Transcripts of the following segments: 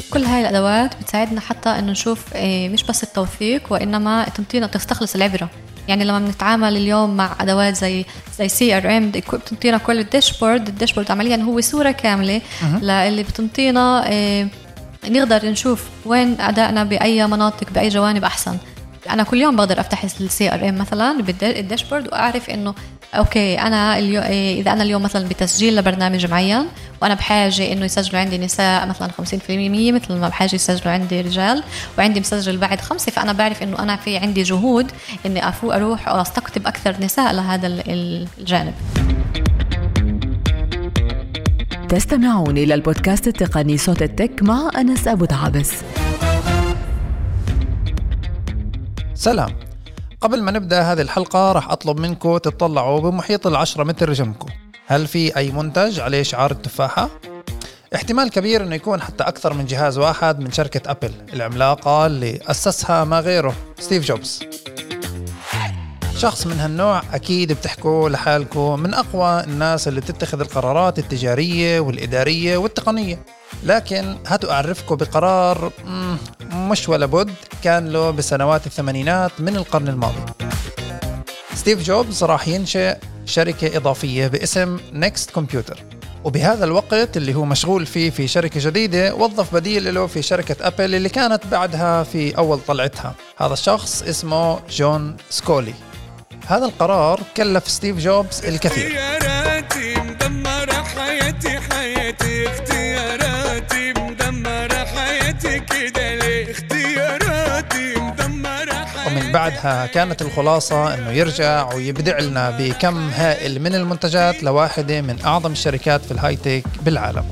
كل هاي الأدوات بتساعدنا حتى إنه نشوف مش بس التوثيق وإنما تنطينا تستخلص العبرة. يعني لما بنتعامل اليوم مع أدوات زي CRM بتنطينا كل الداشبورد عمليا هو صورة كاملة اللي بتنطينا نقدر نشوف وين أدائنا بأي مناطق بأي جوانب أحسن. أنا كل يوم بقدر أفتح CRM مثلا بالداشبورد وأعرف إنه أوكي أنا إذا أنا اليوم مثلا بتسجيل لبرنامج معين وأنا بحاجة إنه يسجلوا عندي نساء مثلا 50% مثل ما بحاجة يسجلوا عندي رجال وعندي مسجل بعد 5، فأنا بعرف إنه أنا في عندي جهود إني أروح وأستقطب أكثر نساء لهذا الجانب. تستمعون إلى البودكاست التقني صوت التك مع أنس أبو دعابس. سلام. قبل ما نبدأ هذه الحلقة راح أطلب منكم تطلعوا بمحيط 10 متر جنبكم. هل في أي منتج عليه شعار التفاحة؟ احتمال كبير أنه يكون حتى أكثر من جهاز واحد من شركة أبل العملاقة اللي أسسها ما غيره ستيف جوبز. شخص من هالنوع أكيد بتحكوا لحالكم من أقوى الناس اللي تتخذ القرارات التجارية والإدارية والتقنية. لكن هاتوا أعرفكم بقرار مش ولا بد كان له بسنوات الثمانينات من القرن الماضي. ستيف جوبز راح ينشئ شركة إضافية باسم نيكست كمبيوتر، وبهذا الوقت اللي هو مشغول فيه في شركة جديدة وظف بديل له في شركة أبل اللي كانت بعدها في أول طلعتها. هذا الشخص اسمه جون سكولي. هذا القرار كلف ستيف جوبز الكثير. ومن بعدها كانت الخلاصة أنه يرجع ويبدع لنا بكم هائل من المنتجات لواحدة من أعظم الشركات في الهايتك بالعالم.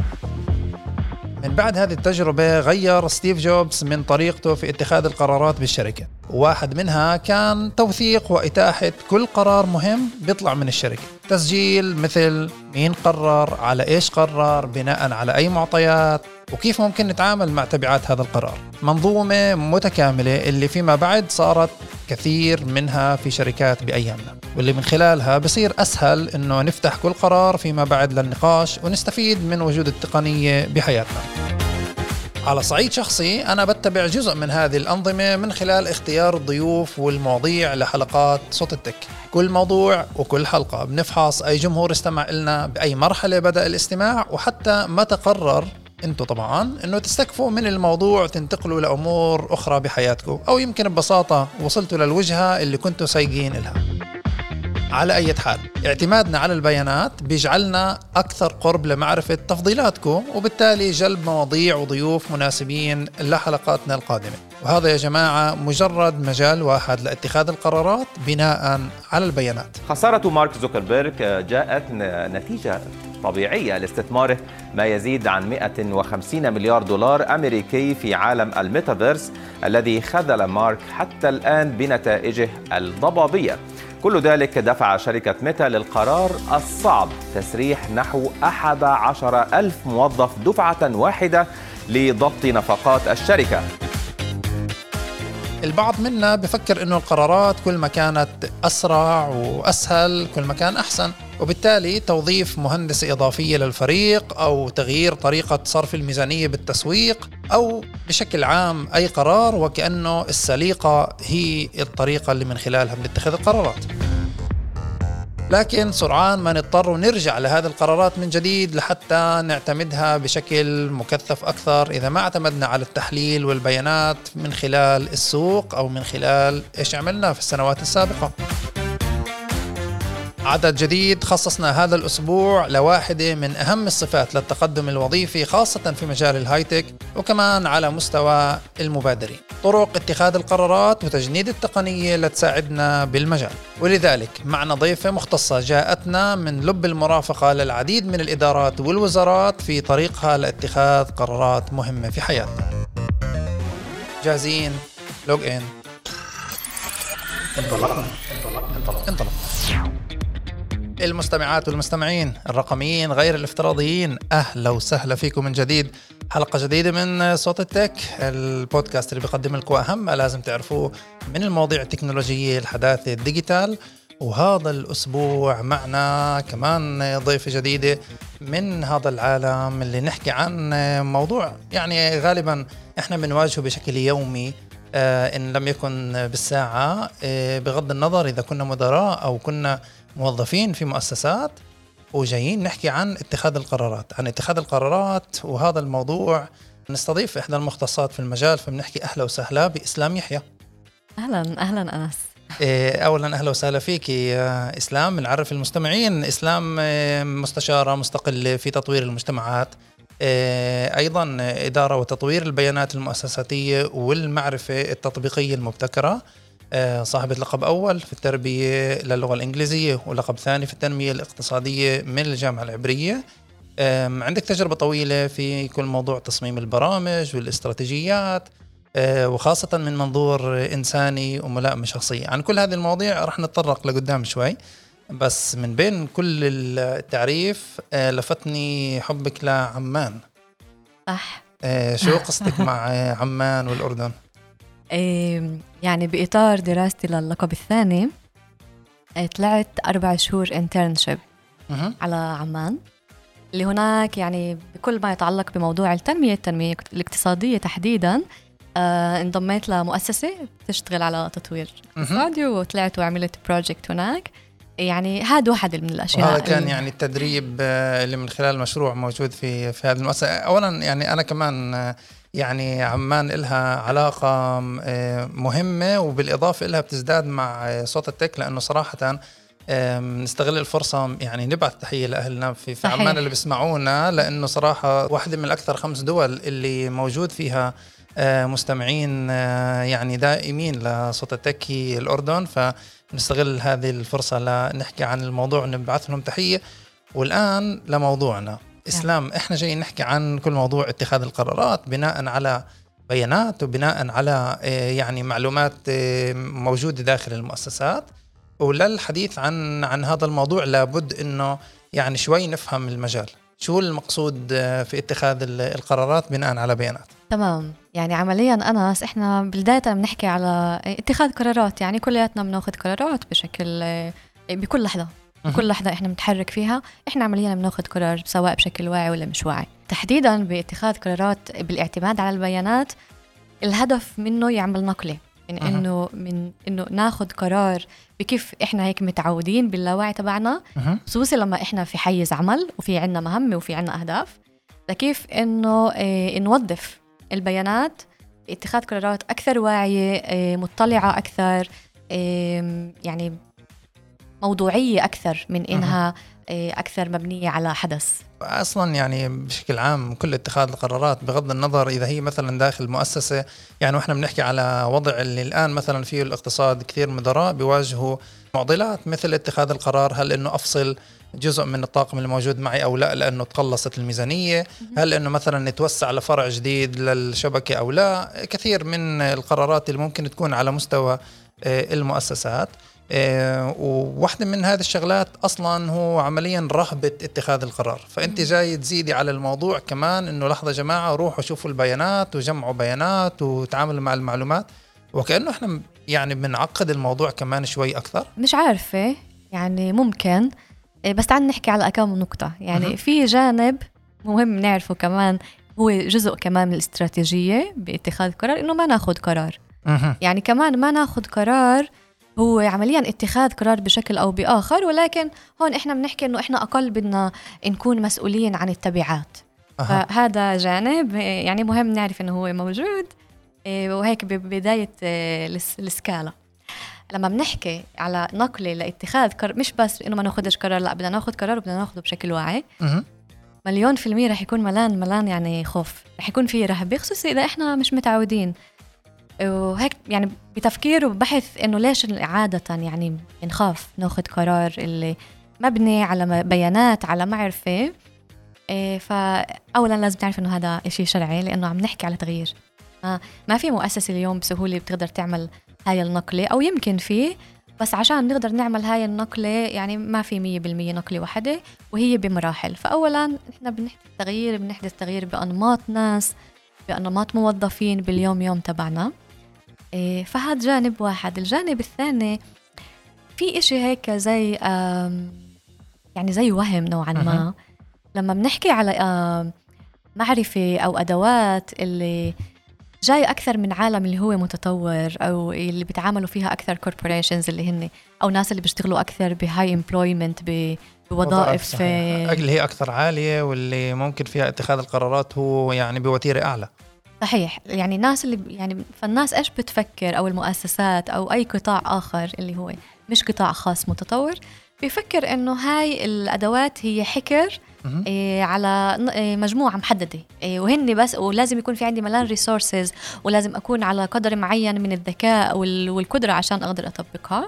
من بعد هذه التجربة غير ستيف جوبز من طريقته في اتخاذ القرارات بالشركة، وواحد منها كان توثيق وإتاحة كل قرار مهم بيطلع من الشركة. تسجيل مثل مين قرر، على إيش قرر، بناء على أي معطيات، وكيف ممكن نتعامل مع تبعات هذا القرار. منظومة متكاملة اللي فيما بعد صارت كثير منها في شركات بأيامنا، واللي من خلالها بصير أسهل إنه نفتح كل قرار فيما بعد للنقاش ونستفيد من وجود التقنية بحياتنا. على صعيد شخصي أنا بتبع جزء من هذه الأنظمة من خلال اختيار الضيوف والمواضيع لحلقات صوت التك. كل موضوع وكل حلقة بنفحص أي جمهور استمع لنا بأي مرحلة بدأ الاستماع، وحتى ما تقرر انتوا طبعا انه تستكفوا من الموضوع تنتقلوا لأمور أخرى بحياتكم، أو يمكن ببساطة وصلتوا للوجهة اللي كنتوا سايقين لها. على أي حال اعتمادنا على البيانات بيجعلنا أكثر قرب لمعرفة تفضيلاتكم، وبالتالي جلب مواضيع وضيوف مناسبين لحلقاتنا القادمة. وهذا يا جماعة مجرد مجال واحد لاتخاذ القرارات بناء على البيانات. خسارة مارك زوكربيرغ جاءت نتيجة طبيعية لاستثماره ما يزيد عن 150 مليار دولار أمريكي في عالم الميتافيرس الذي خذل مارك حتى الآن بنتائجه الضبابية. كل ذلك دفع شركة ميتا للقرار الصعب تسريح نحو 11,000 موظف دفعة واحدة لضبط نفقات الشركة. البعض منا بفكر إنه القرارات كل ما كانت أسرع وأسهل كل ما كان أحسن، وبالتالي توظيف مهندسة إضافية للفريق أو تغيير طريقة صرف الميزانية بالتسويق أو بشكل عام أي قرار وكأنه السليقة هي الطريقة اللي من خلالها بنتخذ القرارات. لكن سرعان ما نضطر ونرجع لهذه القرارات من جديد لحتى نعتمدها بشكل مكثف أكثر إذا ما اعتمدنا على التحليل والبيانات من خلال السوق أو من خلال إيش عملنا في السنوات السابقة. عدد جديد خصصنا هذا الأسبوع لواحدة من أهم الصفات للتقدم الوظيفي خاصة في مجال الهايتك وكمان على مستوى المبادرين، طرق اتخاذ القرارات وتجنيد التقنية لتساعدنا بالمجال. ولذلك معنا ضيفة مختصة جاءتنا من لب المرافقة للعديد من الإدارات والوزارات في طريقها لاتخاذ قرارات مهمة في حياتنا. جاهزين؟ لوج إن. انطلق. المستمعات والمستمعين الرقميين غير الافتراضيين، أهلا وسهلا فيكم من جديد. حلقة جديدة من صوت التك، البودكاست اللي بيقدم لكم أهم ما لازم تعرفوه من المواضيع التكنولوجية الحداثة الديجيتال وهذا الأسبوع معنا كمان ضيفة جديدة من هذا العالم اللي نحكي عن موضوع يعني غالبا احنا بنواجهه بشكل يومي إن لم يكن بالساعة، بغض النظر إذا كنا مدراء أو كنا موظفين في مؤسسات، وجايين نحكي عن اتخاذ القرارات. وهذا الموضوع نستضيف إحدى المختصات في المجال، فبنحكي أهلا وسهلا بإسلام يحيى. أهلا أنس. أولا أهلا وسهلا فيك إسلام. نعرف المستمعين إسلام مستشارة مستقلة في تطوير المجتمعات، أيضا إدارة وتطوير البيانات المؤسساتية والمعرفة التطبيقية المبتكرة، صاحبة لقب أول في التربية للغة الإنجليزية ولقب ثاني في التنمية الاقتصادية من الجامعة العبرية. عندك تجربة طويلة في كل موضوع تصميم البرامج والاستراتيجيات، وخاصة من منظور إنساني وملائمة شخصية. عن كل هذه المواضيع رح نتطرق لقدام شوي، بس من بين كل التعريف لفتني حبك لعمان. صح. شو قصتك مع عمان والأردن؟ يعني بإطار دراستي للقب الثاني طلعت 4 شهور internship على عمان، اللي هناك يعني بكل ما يتعلق بموضوع التنمية الاقتصادية تحديداً. انضميت لمؤسسة تشتغل على تطوير اقتصادي، وطلعت وعملت بروجكت هناك. يعني هذا واحد من الأشياء. وهذا كان يعني التدريب اللي من خلال المشروع موجود في هذه المؤسسة. أولا يعني أنا كمان يعني عمان إلها علاقة مهمة، وبالإضافة إلها بتزداد مع صوت التك، لأنه صراحة نستغل الفرصة يعني نبعث تحية لأهلنا في عمان اللي بيسمعونا، لأنه صراحة واحدة من الأكثر 5 دول اللي موجود فيها مستمعين يعني دائمين لصوت التك هي الأردن. فنستغل هذه الفرصة لنحكي عن الموضوع ونبعث لهم تحية. والآن لموضوعنا إسلام. إحنا جايين نحكي عن كل موضوع اتخاذ القرارات بناء على بيانات وبناء على يعني معلومات موجودة داخل المؤسسات. وللحديث عن هذا الموضوع لابد إنه يعني شوي نفهم المجال. شو المقصود في اتخاذ القرارات بناء على بيانات؟ تمام. يعني عمليا أنس إحنا بالبداية بنحكي على اتخاذ قرارات، يعني كلياتنا بناخذ قرارات بشكل بكل لحظة. بكل لحظة إحنا بنتحرك فيها، إحنا عمليا بناخذ قرار سواء بشكل واعي ولا مش واعي. تحديدا باتخاذ قرارات بالاعتماد على البيانات، الهدف منه يعمل نقلة من إنه ناخذ قرار بكيف إحنا هيك متعودين باللاوعي تبعنا، خصوصا لما إحنا في حيز عمل وفي عنا مهمة وفي عنا أهداف، لكيف إنه نوظف البيانات اتخاذ قرارات أكثر واعية، مطلعة أكثر، يعني موضوعية أكثر من إنها أكثر مبنية على حدث. أصلا يعني بشكل عام كل اتخاذ القرارات بغض النظر إذا هي مثلا داخل مؤسسة، يعني وإحنا بنحكي على وضع اللي الآن مثلا فيه الاقتصاد، كثير مدراء بيواجهوا معضلات مثل اتخاذ القرار: هل إنه أفصل جزء من الطاقم الموجود معي أو لا لأنه تقلصت الميزانية؟ هل إنه مثلا نتوسع لفرع جديد للشبكة أو لا؟ كثير من القرارات اللي ممكن تكون على مستوى المؤسسات. وواحدة من هذه الشغلات أصلاً هو عملياً رهبة اتخاذ القرار. فأنت جاي تزيدي على الموضوع كمان إنه لحظة جماعة روحوا شوفوا البيانات وجمعوا بيانات وتعاملوا مع المعلومات، وكأنه إحنا يعني بنعقد الموضوع كمان شوي أكثر. مش عارفة يعني ممكن، بس تعال نحكي على كم نقطة. يعني في جانب مهم نعرفه كمان، هو جزء كمان من الاستراتيجية باتخاذ قرار، إنه ما ناخد قرار. يعني كمان ما ناخد قرار هو عمليا اتخاذ قرار بشكل أو بآخر، ولكن هون إحنا بنحكي إنه إحنا أقل بدنا نكون مسؤولين عن التبعات. فهذا جانب يعني مهم نعرف إنه هو موجود، وهيك ببداية السكالة. لما بنحكي على نقلة لاتخاذ قرار، مش بس إنه ما ناخدش قرار، لا بدنا ناخد قرار وبدنا ناخده بشكل واعي. 100% رح يكون ملان يعني خوف، رح يكون فيه رهبة، خصوصي إذا إحنا مش متعودين. وهيك يعني بتفكير وبحث إنه ليش عادة يعني نخاف ناخد قرار اللي مبني على بيانات على معرفة. فأولا لازم تعرف إنه هذا إشي شرعي، لأنه عم نحكي على تغيير. ما في مؤسسة اليوم بسهولة بتقدر تعمل هاي النقلة، أو يمكن فيه، بس عشان نقدر نعمل هاي النقلة يعني ما في 100% نقلة واحدة، وهي بمراحل. فأولا إحنا بنحدث تغيير بأنماط ناس، بأنماط موظفين باليوم يوم تبعنا. فهذا جانب واحد. الجانب الثاني في إشي هيك زي يعني زي وهم نوعا ما لما بنحكي على معرفة أو أدوات اللي جاي أكثر من عالم اللي هو متطور أو اللي بيتعاملوا فيها أكثر corporations اللي هن أو ناس اللي بيشتغلوا أكثر بهاي employment بوظائف اللي هي أكثر عالية واللي ممكن فيها اتخاذ القرارات هو يعني بوتيرة أعلى. صحيح. يعني ناس اللي يعني فالناس إيش بتفكر أو المؤسسات أو أي قطاع آخر اللي هو مش قطاع خاص متطور بيفكر إنه هاي الأدوات هي حكر على مجموعة محددة وهن بس، ولازم يكون في عندي ملان ريسورسز ولازم أكون على قدر معين من الذكاء والقدرة عشان أقدر أطبقها.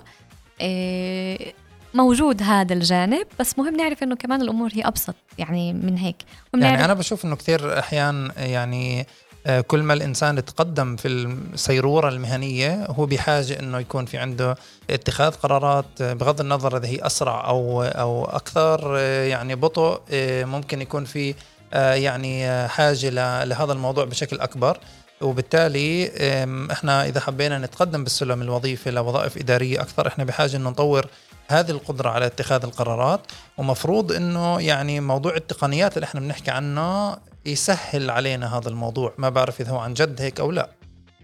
موجود هذا الجانب، بس مهم نعرف إنه كمان الأمور هي أبسط يعني من هيك. يعني أنا بشوف إنه كثير أحيان يعني كل ما الإنسان يتقدم في السيرورة المهنية هو بحاجة إنه يكون في عنده اتخاذ قرارات بغض النظر إذا هي أسرع أو أكثر يعني بطء، ممكن يكون في يعني حاجة لهذا الموضوع بشكل أكبر. وبالتالي إحنا إذا حبينا نتقدم بالسلم الوظيفي لوظائف إدارية أكثر إحنا بحاجة إنه نطور هذه القدرة على اتخاذ القرارات. ومفروض إنه يعني موضوع التقنيات اللي إحنا بنحكي عنه يسهل علينا هذا الموضوع. ما بعرف إذا هو عن جد هيك أو لا.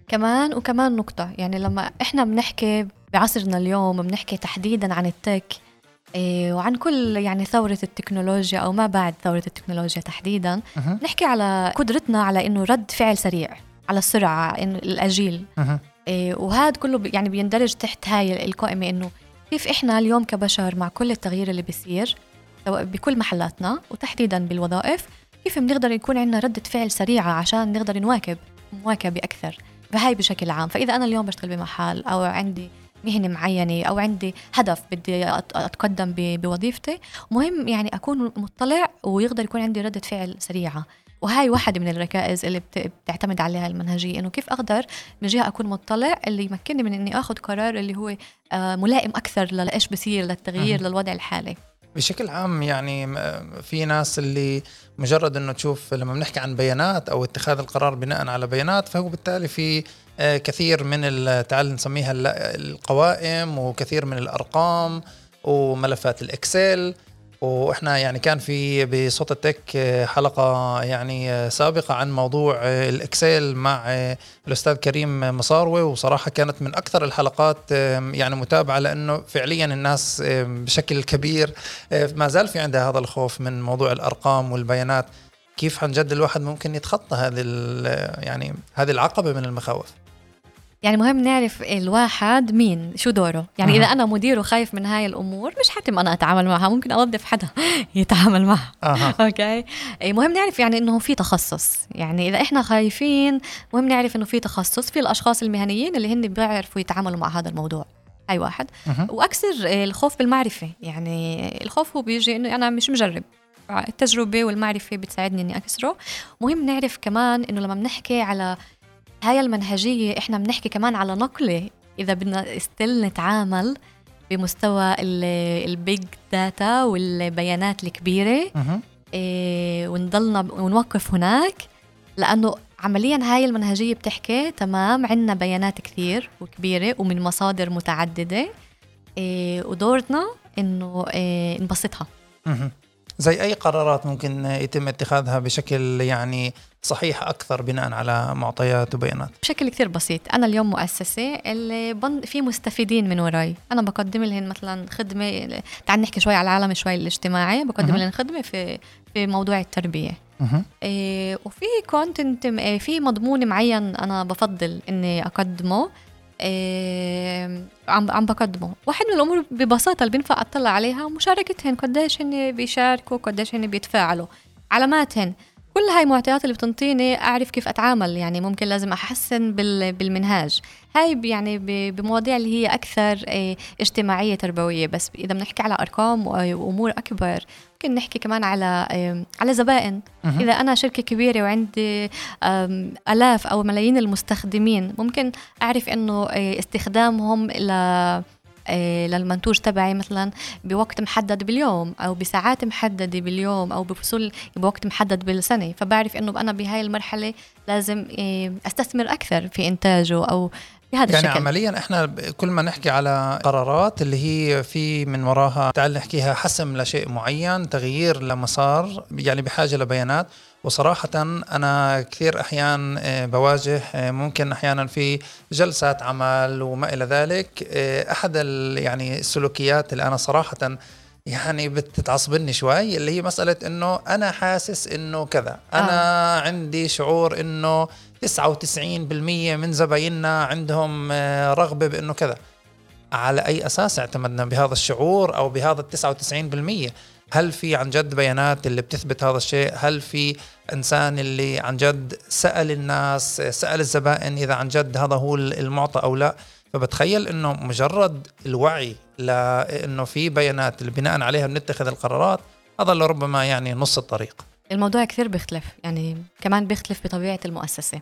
كمان نقطة، يعني لما إحنا بنحكي بعصرنا اليوم بنحكي تحديداً عن التك وعن كل يعني ثورة التكنولوجيا أو ما بعد ثورة التكنولوجيا تحديداً، نحكي على قدرتنا على إنه رد فعل سريع، على السرعة، إنه الأجيل. وهذا كله يعني بيندرج تحت هاي القائمة، إنه كيف إحنا اليوم كبشر مع كل التغيير اللي بيصير سواء بكل محلاتنا وتحديداً بالوظائف، كيف بنقدر يكون عندنا ردة فعل سريعة عشان نقدر مواكبة أكثر. فهاي بشكل عام. فإذا أنا اليوم بشتغل بمحل أو عندي مهنة معينة أو عندي هدف بدي أتقدم بوظيفتي، مهم يعني أكون مطلع ويقدر يكون عندي ردة فعل سريعة. وهاي واحدة من الركائز اللي بتعتمد عليها المنهجية، إنه كيف أقدر من جهة أكون مطلع اللي يمكنني من إني أخذ قرار اللي هو ملائم أكثر لإيش بصير للتغيير للوضع الحالي. بشكل عام يعني في ناس اللي مجرد أنه تشوف لما بنحكي عن بيانات أو اتخاذ القرار بناء على بيانات، فهو بالتالي في كثير من تعال نسميها القوائم وكثير من الأرقام وملفات الإكسل. وإحنا يعني كان في بصوت التك حلقة يعني سابقة عن موضوع الإكسل مع الأستاذ كريم مصاروي، وصراحة كانت من أكثر الحلقات يعني متابعة، لأنه فعليا الناس بشكل كبير ما زال في عندها هذا الخوف من موضوع الأرقام والبيانات. كيف عن جد الواحد ممكن يتخطى هذه العقبة من المخاوف؟ يعني مهم نعرف الواحد مين شو دوره. يعني إذا أنا مديره خايف من هاي الأمور مش حتم أنا أتعامل معها، ممكن أوظف حدا يتعامل معها. أوكي. مهم نعرف يعني إنه في تخصص. يعني إذا إحنا خايفين مهم نعرف إنه في تخصص في الأشخاص المهنيين اللي هن بيعرفوا يتعاملوا مع هذا الموضوع. هاي واحد. وأكثر الخوف بالمعرفة، يعني الخوف هو بيجي إنه أنا مش مجرب. التجربة والمعرفة بتساعدني إني أكسره. مهم نعرف كمان إنه لما بنحكي على هاي المنهجية إحنا بنحكي كمان على نقلة. إذا بدنا استل نتعامل بمستوى البيج داتا والبيانات الكبيرة ونضلنا ونوقف هناك، لأنه عمليا هاي المنهجية بتحكي تمام عنا بيانات كثير وكبيرة ومن مصادر متعددة، ودورنا إنه نبسطها. زي أي قرارات ممكن يتم اتخاذها بشكل يعني صحيح أكثر بناء على معطيات وبيانات بشكل كثير بسيط. أنا اليوم مؤسسة اللي في مستفيدين من وراي، أنا بقدم لهم مثلا خدمة. تعال نحكي شوي على العالم شوي الاجتماعي. بقدم لهم خدمة في موضوع التربية. وفي كونتنت في مضمون معين أنا بفضل إني أقدمه. عم بقدمه. واحد من الأمور ببساطة اللي بينفع أطلع عليها مشاركتهن، قديش هن بيشاركوا، قديش هن بيتفاعلوا، علاماتهن. كل هاي معطيات اللي بتنطيني أعرف كيف أتعامل. يعني ممكن لازم أحسن بالمنهاج هاي يعني بمواضيع اللي هي أكثر اجتماعية تربوية. بس إذا بنحكي على أرقام وأمور أكبر ممكن نحكي كمان على زبائن. إذا أنا شركة كبيرة وعندي آلاف أو ملايين المستخدمين، ممكن أعرف إنه استخدامهم للمنتوج تبعي مثلا بوقت محدد باليوم أو بساعات محددة باليوم أو بفصول بوقت محدد بالسنة. فبعرف إنه أنا بهاي المرحلة لازم أستثمر أكثر في إنتاجه أو بهذا يعني الشكل. عمليا احنا كل ما نحكي على قرارات اللي هي في من وراها، تعال نحكيها حسم لشيء معين، تغيير لمسار، يعني بحاجة لبيانات. وصراحة أنا كثير أحيان بواجه ممكن أحيانا في جلسات عمل وما إلى ذلك أحد يعني السلوكيات اللي أنا صراحة يعني بتتعصبني شوي، اللي هي مسألة إنه أنا حاسس إنه كذا، أنا عندي شعور إنه 99% من زبايننا عندهم رغبة بإنه كذا. على أي أساس اعتمدنا بهذا الشعور أو بهذا 99%؟ هل في عن جد بيانات اللي بتثبت هذا الشيء؟ هل في إنسان اللي عن جد سأل الناس، سأل الزبائن إذا عن جد هذا هو المعطى أو لا؟ فبتخيل إنه مجرد الوعي لأنه في بيانات اللي بناء عليها بنتخذ القرارات، هذا اللي ربما يعني نص الطريق. الموضوع كثير بيختلف، يعني كمان بيختلف بطبيعة المؤسسة.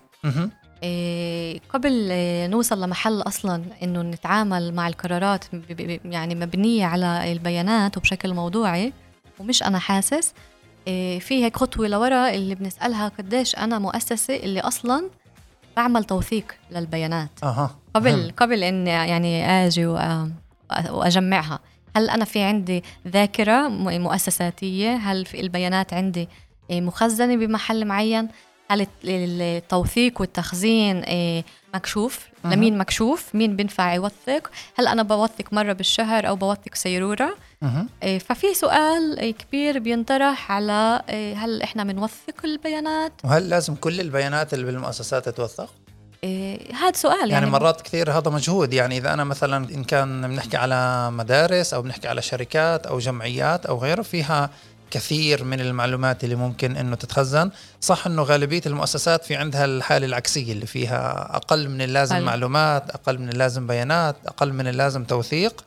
قبل نوصل لمحل أصلا إنه نتعامل مع القرارات يعني مبنية على البيانات وبشكل موضوعي ومش أنا حاسس، في هيك خطوة لورا اللي بنسألها قديش أنا مؤسسة اللي أصلا بعمل توثيق للبيانات قبل إن يعني أجي وأجمعها. هل أنا في عندي ذاكرة مؤسساتية؟ هل في البيانات عندي مخزنة بمحل معين؟ هل التوثيق والتخزين مكشوف؟ لمين مكشوف؟ مين بينفع يوثق؟ هل أنا بوثق مرة بالشهر أو بوثق سيرورة؟ ففي سؤال كبير بينطرح على هل إحنا بنوثق البيانات؟ وهل لازم كل البيانات اللي بالمؤسسات تتوثق؟ هذا سؤال يعني مرات كثير هذا مجهود. يعني إذا أنا مثلا إن كان بنحكي على مدارس أو بنحكي على شركات أو جمعيات أو غيره فيها كثير من المعلومات اللي ممكن إنه تتخزن، صح إنه غالبية المؤسسات في عندها الحالة العكسية اللي فيها أقل من اللازم معلومات، أقل من اللازم بيانات، أقل من اللازم توثيق.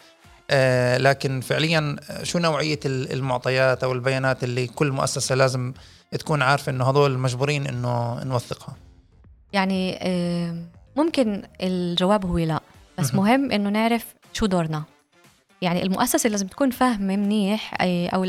لكن فعليا شو نوعية المعطيات أو البيانات اللي كل مؤسسة لازم تكون عارفة إنه هذول مجبورين إنه نوثقها؟ يعني ممكن الجواب هو لا، بس مهم إنه نعرف شو دورنا. يعني المؤسسة لازم تكون فاهمة منيح أو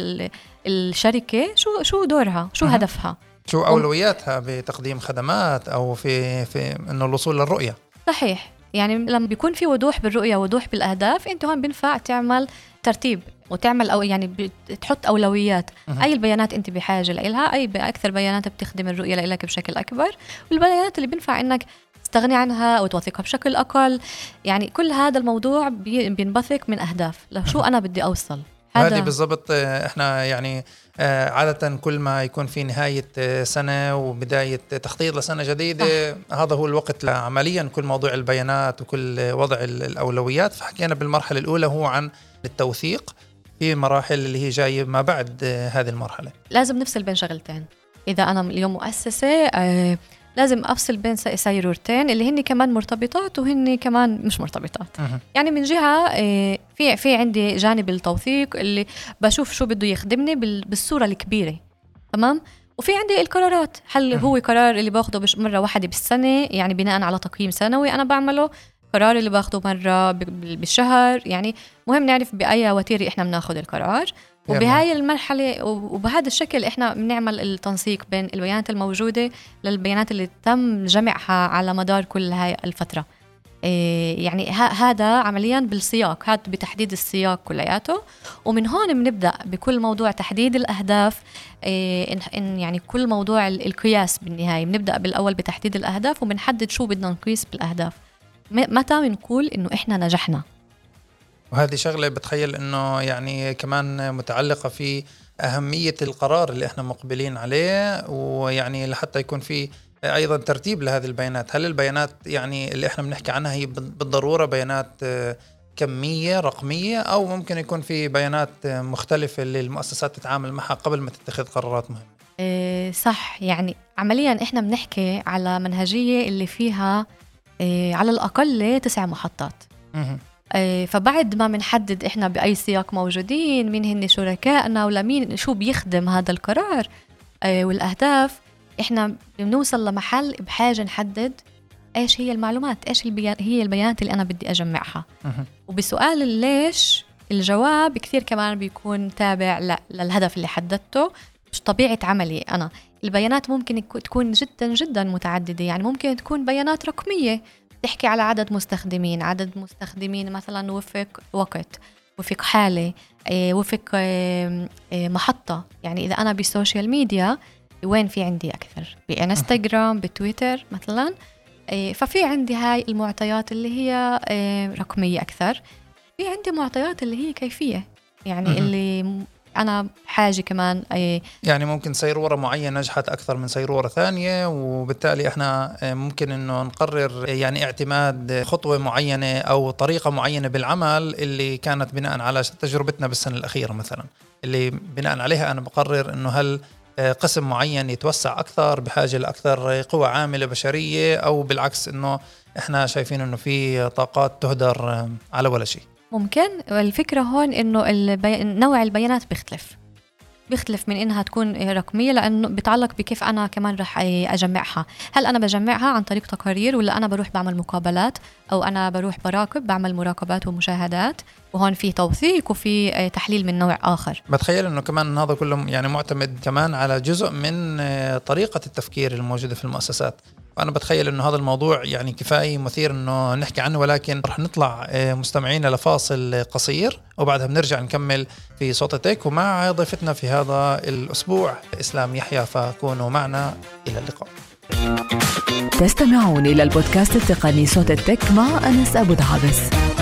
الشركة شو دورها، شو هدفها، شو أولوياتها بتقديم خدمات أو في إنه الوصول للرؤية. صحيح. يعني لما بيكون في وضوح بالرؤية ووضوح بالأهداف، أنت هون بنفع تعمل ترتيب وتعمل أو يعني بتحط أولويات. أي البيانات أنت بحاجة لها، أي أكثر بيانات بتخدم الرؤية لك بشكل أكبر، والبيانات اللي بنفع إنك تستغني عنها أو توثقها بشكل أقل. يعني كل هذا الموضوع بينبثق من أهداف لشو أنا بدي أوصل. هذه بالضبط. إحنا يعني عادة كل ما يكون في نهاية سنة وبداية تخطيط لسنة جديدة، هذا هو الوقت عمليا كل موضوع البيانات وكل وضع الأولويات. فحكينا بالمرحلة الأولى هو عن التوثيق، في مراحل اللي هي جاية ما بعد هذه المرحلة. لازم نفصل بين شغلتين. إذا أنا اليوم مؤسسة لازم أفصل بين سيرورتين اللي هن كمان مرتبطات وهن كمان مش مرتبطات. يعني من جهة في عندي جانب التوثيق اللي بشوف شو بده يخدمني بالصورة الكبيرة، تمام. وفي عندي القرارات، هل هو قرار اللي باخده مرة واحدة بالسنة، يعني بناء على تقييم سنوي أنا بعمله، قرار اللي باخده مرة بالشهر. يعني مهم نعرف بأي وتيرة إحنا بناخد القرار، وبهاي المرحلة وبهذا الشكل إحنا بنعمل التنسيق بين البيانات الموجودة للبيانات اللي تم جمعها على مدار كل هاي الفترة. يعني هذا عمليا بالسياق، هذا بتحديد السياق كلياته. ومن هون بنبدأ بكل موضوع تحديد الأهداف. إن يعني كل موضوع القياس بالنهاية بنبدأ بالأول بتحديد الأهداف وبنحدد شو بدنا نقيس بالأهداف، متى بنقول إنه إحنا نجحنا. وهذه شغلة بتخيل إنه يعني كمان متعلقة في أهمية القرار اللي إحنا مقبلين عليه، ويعني لحتى يكون في أيضا ترتيب لهذه البيانات. هل البيانات يعني اللي إحنا بنحكي عنها هي بالضرورة بيانات كمية رقمية، أو ممكن يكون في بيانات مختلفة اللي المؤسسات تتعامل معها قبل ما تتخذ قرارات مهمة؟ صح. يعني عمليا إحنا بنحكي على منهجية اللي فيها على الأقل 9 محطات. فبعد ما بنحدد إحنا بأي سياق موجودين، مين هن شركائنا ولمين شو بيخدم هذا القرار والأهداف، إحنا بنوصل لمحل بحاجة نحدد إيش هي المعلومات، إيش هي البيانات اللي أنا بدي أجمعها. وبسؤال ليش الجواب كثير كمان بيكون تابع للهدف اللي حددته. مش طبيعة عملي أنا البيانات ممكن تكون جدا جدا متعددة. يعني ممكن تكون بيانات رقمية تحكي على عدد مستخدمين مثلا وفق وقت، وفق حالة، وفق محطة. يعني إذا أنا بالسوشيال ميديا وين في عندي أكثر؟ بإنستغرام، بتويتر مثلا. ففي عندي هاي المعطيات اللي هي رقمية أكثر. في عندي معطيات اللي هي كيفية، يعني اللي أنا حاجة كمان يعني ممكن سيرورة معينة نجحت أكثر من سيرورة ثانية، وبالتالي إحنا ممكن إنه نقرر يعني اعتماد خطوة معينة أو طريقة معينة بالعمل اللي كانت بناء على تجربتنا بالسنة الأخيرة مثلا، اللي بناء عليها أنا بقرر إنه هل قسم معين يتوسع أكثر بحاجة لأكثر قوة عاملة بشرية، أو بالعكس إنه إحنا شايفين إنه في طاقات تهدر على ولا شيء. ممكن. الفكرة هون إنه نوع البيانات بيختلف من إنها تكون رقمية، لأنه بيتعلق بكيف أنا كمان رح أجمعها. هل أنا بجمعها عن طريق تقارير، ولا أنا بروح بعمل مقابلات، أو أنا بروح براقب بعمل مراقبات ومشاهدات، وهون في توثيق وفي تحليل من نوع آخر. بتخيل إنه كمان هذا كله يعني معتمد كمان على جزء من طريقة التفكير الموجودة في المؤسسات. وأنا بتخيل إنه هذا الموضوع يعني كفاية مثير إنه نحكي عنه، ولكن رح نطلع مستمعين لفاصل قصير وبعدها بنرجع نكمل في صوت التك ومع ضيفتنا في هذا الأسبوع إسلام يحيى، فكونوا معنا. إلى اللقاء. تستمعون إلى البودكاست التقني صوت التك مع أنس أبو دعابس.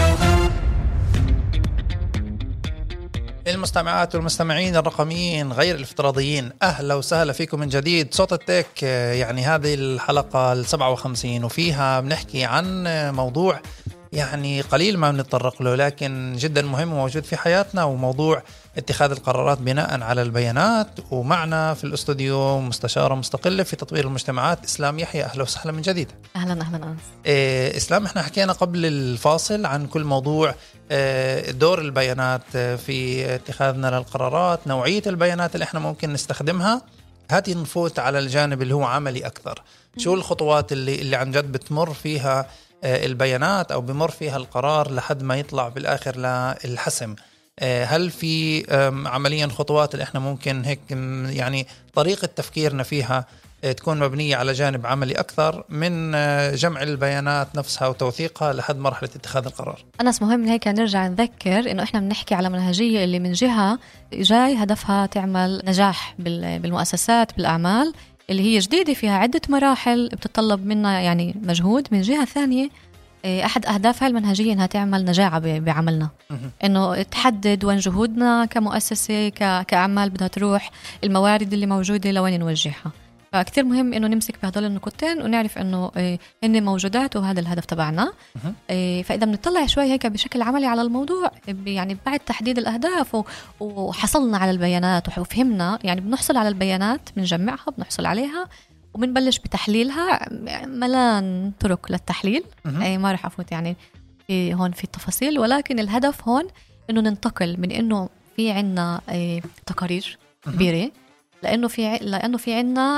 المستمعات والمستمعين الرقميين غير الافتراضيين، أهلا وسهلا فيكم من جديد. صوت التك يعني هذه الحلقة 57 وفيها بنحكي عن موضوع يعني قليل ما بنتطرق له لكن جدا مهم وموجود في حياتنا، وموضوع اتخاذ القرارات بناء على البيانات. ومعنا في الاستوديو مستشارة مستقلة في تطوير المجتمعات إسلام يحيى. أهلا وسهلا من جديد. أهلا أنس. إسلام، احنا حكينا قبل الفاصل عن كل موضوع دور البيانات في اتخاذنا للقرارات، نوعية البيانات اللي احنا ممكن نستخدمها. هاتي نفوت على الجانب اللي هو عملي أكثر. شو الخطوات اللي عن جد بتمر فيها البيانات أو بمر فيها القرار لحد ما يطلع بالآخر للحسم؟ هل في عمليا خطوات اللي احنا ممكن هيك يعني طريقة تفكيرنا فيها تكون مبنية على جانب عملي أكثر من جمع البيانات نفسها وتوثيقها لحد مرحلة اتخاذ القرار؟ أنس، مهم هيك نرجع نذكر إنه إحنا بنحكي على منهجية اللي من جهة جاي هدفها تعمل نجاح بالمؤسسات بالأعمال اللي هي جديدة فيها عدة مراحل بتتطلب منا يعني مجهود. من جهة ثانية أحد أهدافها المنهجية إنها تعمل نجاعة بعملنا، إنه تحدد وين جهودنا كمؤسسة كأعمال بدها تروح، الموارد اللي موجودة لوين نوجهها. فكتير مهم إنه نمسك بهدول النقطتين ونعرف إنه هن موجودات وهذا الهدف تبعنا. فإذا بنطلع شوي هيك بشكل عملي على الموضوع، يعني بعد تحديد الأهداف وحصلنا على البيانات وفهمنا، يعني بنحصل على البيانات، بنجمعها، بنحصل عليها وبنبلش بتحليلها. ملان طرق للتحليل، ما رح أفوت يعني هون في التفاصيل، ولكن الهدف هون إنه ننتقل من إنه في عنا تقارير كبيرة لأنه في عنا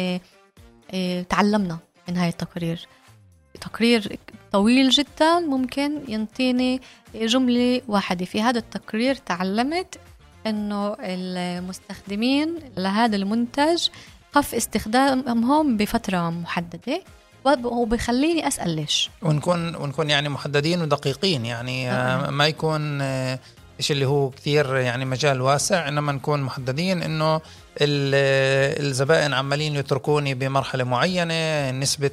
تعلمنا من هاي التقارير. تقرير طويل جدا ممكن ينطيني جملة واحدة. في هذا التقرير تعلمت إنه المستخدمين لهذا المنتج خف استخدامهم بفترة محددة، وبيخليني أسأل ليش. ونكون يعني محددين ودقيقين، يعني ما يكون إيش اللي هو كثير يعني مجال واسع، إنما نكون محددين إنه الزبائن عمالين يتركوني بمرحلة معينة، نسبة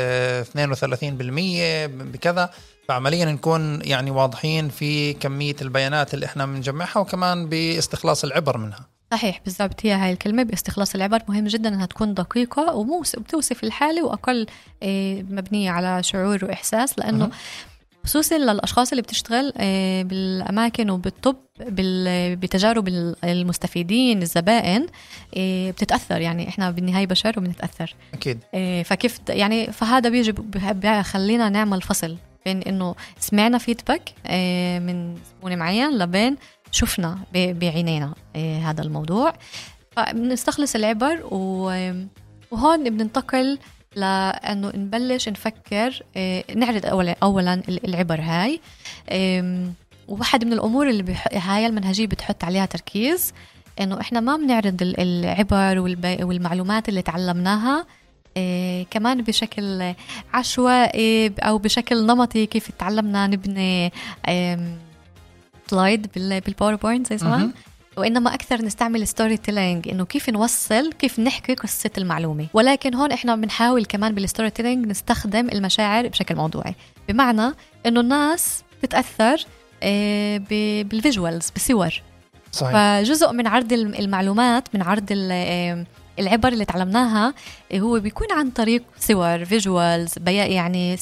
32% بكذا. فعمليا نكون يعني واضحين في كمية البيانات اللي احنا بنجمعها، وكمان باستخلاص العبر منها. صحيح، بالضبط، هي هاي الكلمة باستخلاص العبر. مهم جدا أنها تكون دقيقة وبتوصف الحالة، وأقل مبنية على شعور وإحساس، لأنه خصوصا للأشخاص اللي بتشتغل بالأماكن وبالطب بتجارب المستفيدين الزبائن بتتأثر. يعني إحنا بالنهاية بشر وبنتأثر أكيد. فكيف يعني فهذا بيخلينا نعمل فصل بين إنه سمعنا فيدباك من زبون معين لبين شفنا بعينينا هذا الموضوع. فبنستخلص العبر وهون بننتقل لأنه نبلش نفكر، نعرض أولا العبر هاي. وواحد من الأمور اللي هاي المنهجية بتحط عليها تركيز، إنه إحنا ما بنعرض العبر والمعلومات اللي تعلمناها كمان بشكل عشوائي أو بشكل نمطي، كيف تعلمنا نبني سلايد بالباوربوينت زي زمان، وإنما أكثر نستعمل ستوري تيلينج، إنه كيف نوصل، كيف نحكي قصة المعلومة. ولكن هون إحنا بنحاول كمان بالستوري تيلينج نستخدم المشاعر بشكل موضوعي، بمعنى إنه الناس بتأثر بالفيجوالز، بصور. صحيح. فجزء من عرض المعلومات، من عرض العبر اللي تعلمناها، هو بيكون عن طريق صور، فيجوالز، يعني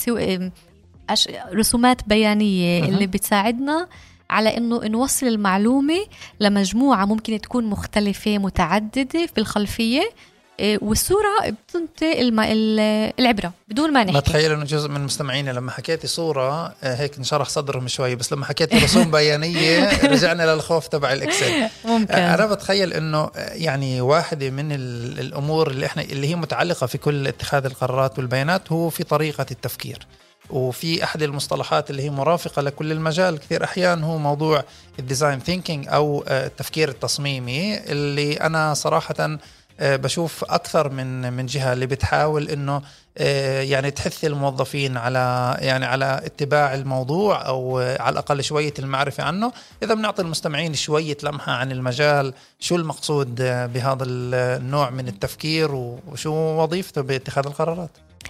رسومات بيانية اللي بتساعدنا على إنه نوصل المعلومة لمجموعة ممكن تكون مختلفة متعددة بالخلفية، والصورة بتنتهي العبرة بدون ما نحكي. ما تخيل إنه جزء من مستمعينا لما حكيتي صورة هيك انشرح صدرهم شوي، بس لما حكيتي رسوم بيانية رجعنا للخوف تبع الإكسل. ممكن. أنا بتخيل إنه يعني واحدة من الأمور اللي هي متعلقة في كل اتخاذ القرارات والبيانات هو في طريقة التفكير. وفي أحد المصطلحات اللي هي مرافقة لكل المجال كثير أحيان هو موضوع الديزاين ثينكينج أو التفكير التصميمي، اللي أنا صراحة بشوف أكثر من جهة اللي بتحاول إنه يعني تحث الموظفين على اتباع الموضوع أو على الأقل شوية المعرفة عنه. إذا بنعطي المستمعين شوية لمحة عن المجال، شو المقصود بهذا النوع من التفكير وشو وظيفته باتخاذ القرارات؟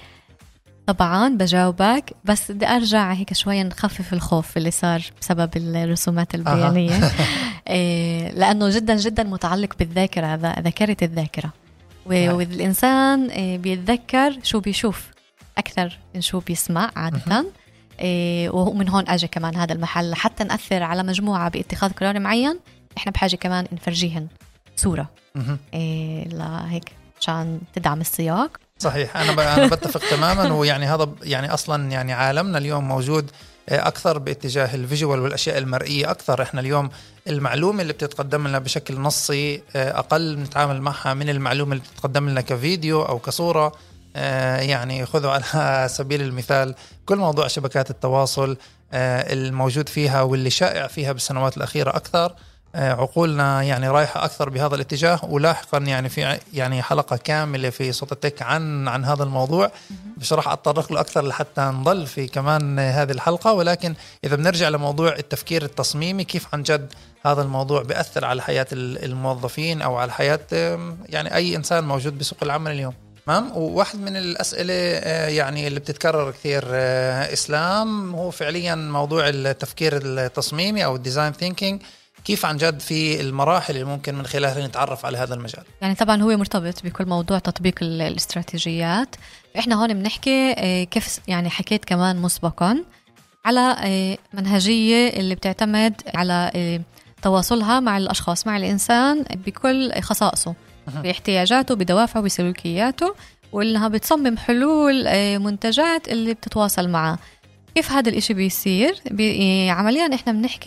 طبعا بجاوبك، بس بدي أرجع هيك شوية نخفف الخوف اللي صار بسبب الرسومات البيانية. لأنه جدا جدا متعلق بالذاكرة، ذاكرة الذاكرة، والإنسان بيتذكر شو بيشوف أكثر من شو بيسمع عادة. ومن هون أجي كمان هذا المحل، حتى نأثر على مجموعة باتخاذ قرار معين، إحنا بحاجة كمان نفرجيهن صورة لهيك عشان تدعم السياق. صحيح. أنا بتفق تماما. ويعني هذا يعني أصلا يعني عالمنا اليوم موجود أكثر باتجاه الفيجوال والأشياء المرئية أكثر. إحنا اليوم المعلومة اللي بتتقدم لنا بشكل نصي أقل نتعامل معها من المعلومة اللي بتتقدم لنا كفيديو أو كصورة. يعني خذوا على سبيل المثال كل موضوع شبكات التواصل الموجود فيها واللي شائع فيها بالسنوات الأخيرة أكثر. عقولنا يعني رايحة أكثر بهذا الاتجاه. ولاحقا يعني في يعني حلقة كاملة في صوت التك عن هذا الموضوع، مش راح أتطرق له أكثر لحتى نضل في كمان هذه الحلقة. ولكن إذا بنرجع لموضوع التفكير التصميمي، كيف عن جد هذا الموضوع بيأثر على حياة الموظفين أو على حياة يعني أي إنسان موجود بسوق العمل اليوم. تمام. وواحد من الأسئلة يعني اللي بتتكرر كثير إسلام هو فعليا موضوع التفكير التصميمي أو الديزاين ثينكينج. كيف عن جد في المراحل اللي ممكن من خلالها نتعرف على هذا المجال؟ يعني طبعا هو مرتبط بكل موضوع تطبيق الاستراتيجيات. احنا هون بنحكي كيف يعني حكيت كمان مسبقا على منهجية اللي بتعتمد على تواصلها مع الأشخاص، مع الإنسان بكل خصائصه، باحتياجاته، بدوافعه، بسلوكياته، وإنها بتصمم حلول منتجات اللي بتتواصل معه. كيف هذا الاشي بيصير؟ عمليا احنا بنحكي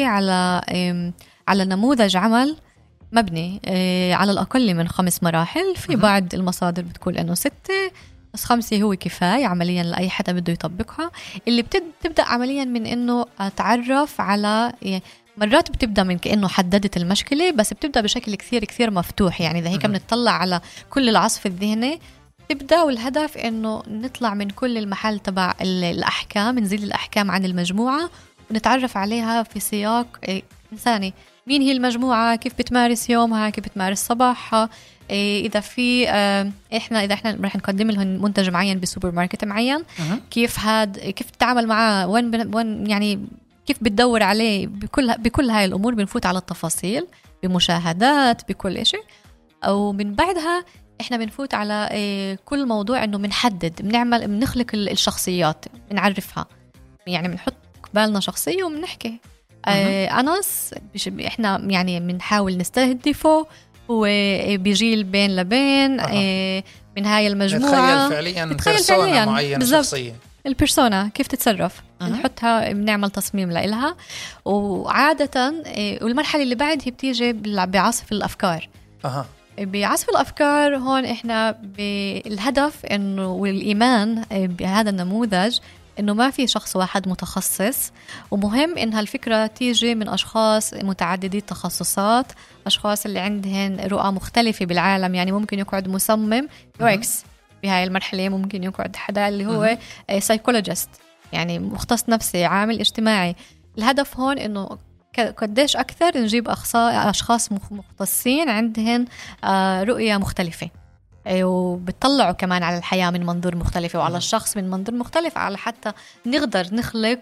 على نموذج عمل مبني على الأقل من 5 مراحل. في بعض المصادر بتقول إنه 6، بس 5 هو كفاية عمليا لأي حدا بده يطبقها. اللي بتبدأ عمليا من إنه أتعرف على، مرات بتبدأ من كأنه حددت المشكلة، بس بتبدأ بشكل كثير كثير مفتوح. يعني إذا هيك بنطلع على كل العصف الذهني تبدأ، والهدف إنه نطلع من كل المحل تبع الأحكام، نزيل الأحكام عن المجموعة ونتعرف عليها في سياق إنساني. مين هي المجموعة، كيف بتمارس يومها، كيف بتمارس صباحها، إذا في إذا إحنا رح نقدم لهم منتج معين بسوبر ماركت معين، كيف تتعامل معاه، وين يعني كيف بتدور عليه. بكل هاي الأمور بنفوت على التفاصيل بمشاهدات بكل إشي. أو من بعدها إحنا بنفوت على كل موضوع إنه بنخلق الشخصيات، بنعرفها. يعني بنحط قبالنا شخصية وبنحكي أنس، إحنا يعني بنحاول نستهدفه، هو بيجيل بين لبين من هاي المجموعة. تخيل فعليا معينة شخصية، البيرسونا كيف تتصرف، نحطها، بنعمل تصميم لإلها. وعادة والمرحلة اللي بعد هي بتيجي بعصف الأفكار. بعصف الأفكار هون إحنا بالهدف إنه والإيمان بهذا النموذج إنه ما في شخص واحد متخصص، ومهم إن هالفكرة تيجي من أشخاص متعددي التخصصات، أشخاص اللي عندهن رؤى مختلفة بالعالم. يعني ممكن يقعد مصمم UX بهاي المرحلة ممكن يقعد حدا اللي هو سايكولوجيست، يعني مختص نفسي، عامل اجتماعي. الهدف هون إنه قديش أكثر نجيب أشخاص مختصين عندهم رؤية مختلفة، وبتطلعوا كمان على الحياة من منظور مختلف وعلى الشخص من منظور مختلف، على حتى نقدر نخلق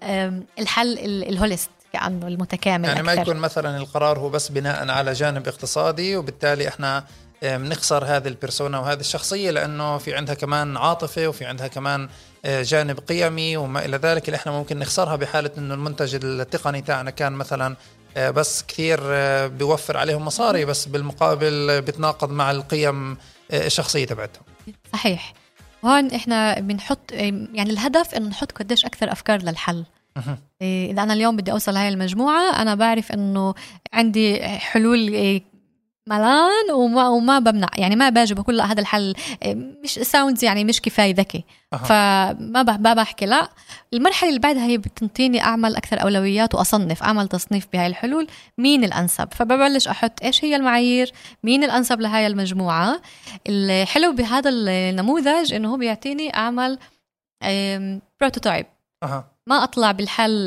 الحل الهوليست كأنه المتكامل يعني أكثر. ما يكون مثلا القرار هو بس بناء على جانب اقتصادي وبالتالي احنا بنخسر هذه البيرسونا وهذه الشخصية، لأنه في عندها كمان عاطفة وفي عندها كمان جانب قيمي وما إلى ذلك اللي احنا ممكن نخسرها بحالة إنه المنتج التقني تاعنا كان مثلا بس كثير بيوفر عليهم مصاري، بس بالمقابل بتناقض مع القيم الشخصية تبعتهم. صحيح. هون احنا بنحط يعني الهدف إنه نحط قديش أكثر أفكار للحل. إذا أنا اليوم بدي أوصل هاي المجموعة، أنا بعرف إنه عندي حلول ملان وما بمنع، يعني ما باجي بقول لا هذا الحل مش ساوندز، يعني مش كفاية ذكي. فما بحكي لا، المرحلة اللي بعدها هي بتنطيني أعمل أكثر أولويات وأصنف، أعمل تصنيف بهاي الحلول، مين الأنسب، فببلش أحط إيش هي المعايير، مين الأنسب لهاي المجموعة. الحلو بهذا النموذج إنه هو بيعطيني أعمل بروتوتايب، ما أطلع بالحل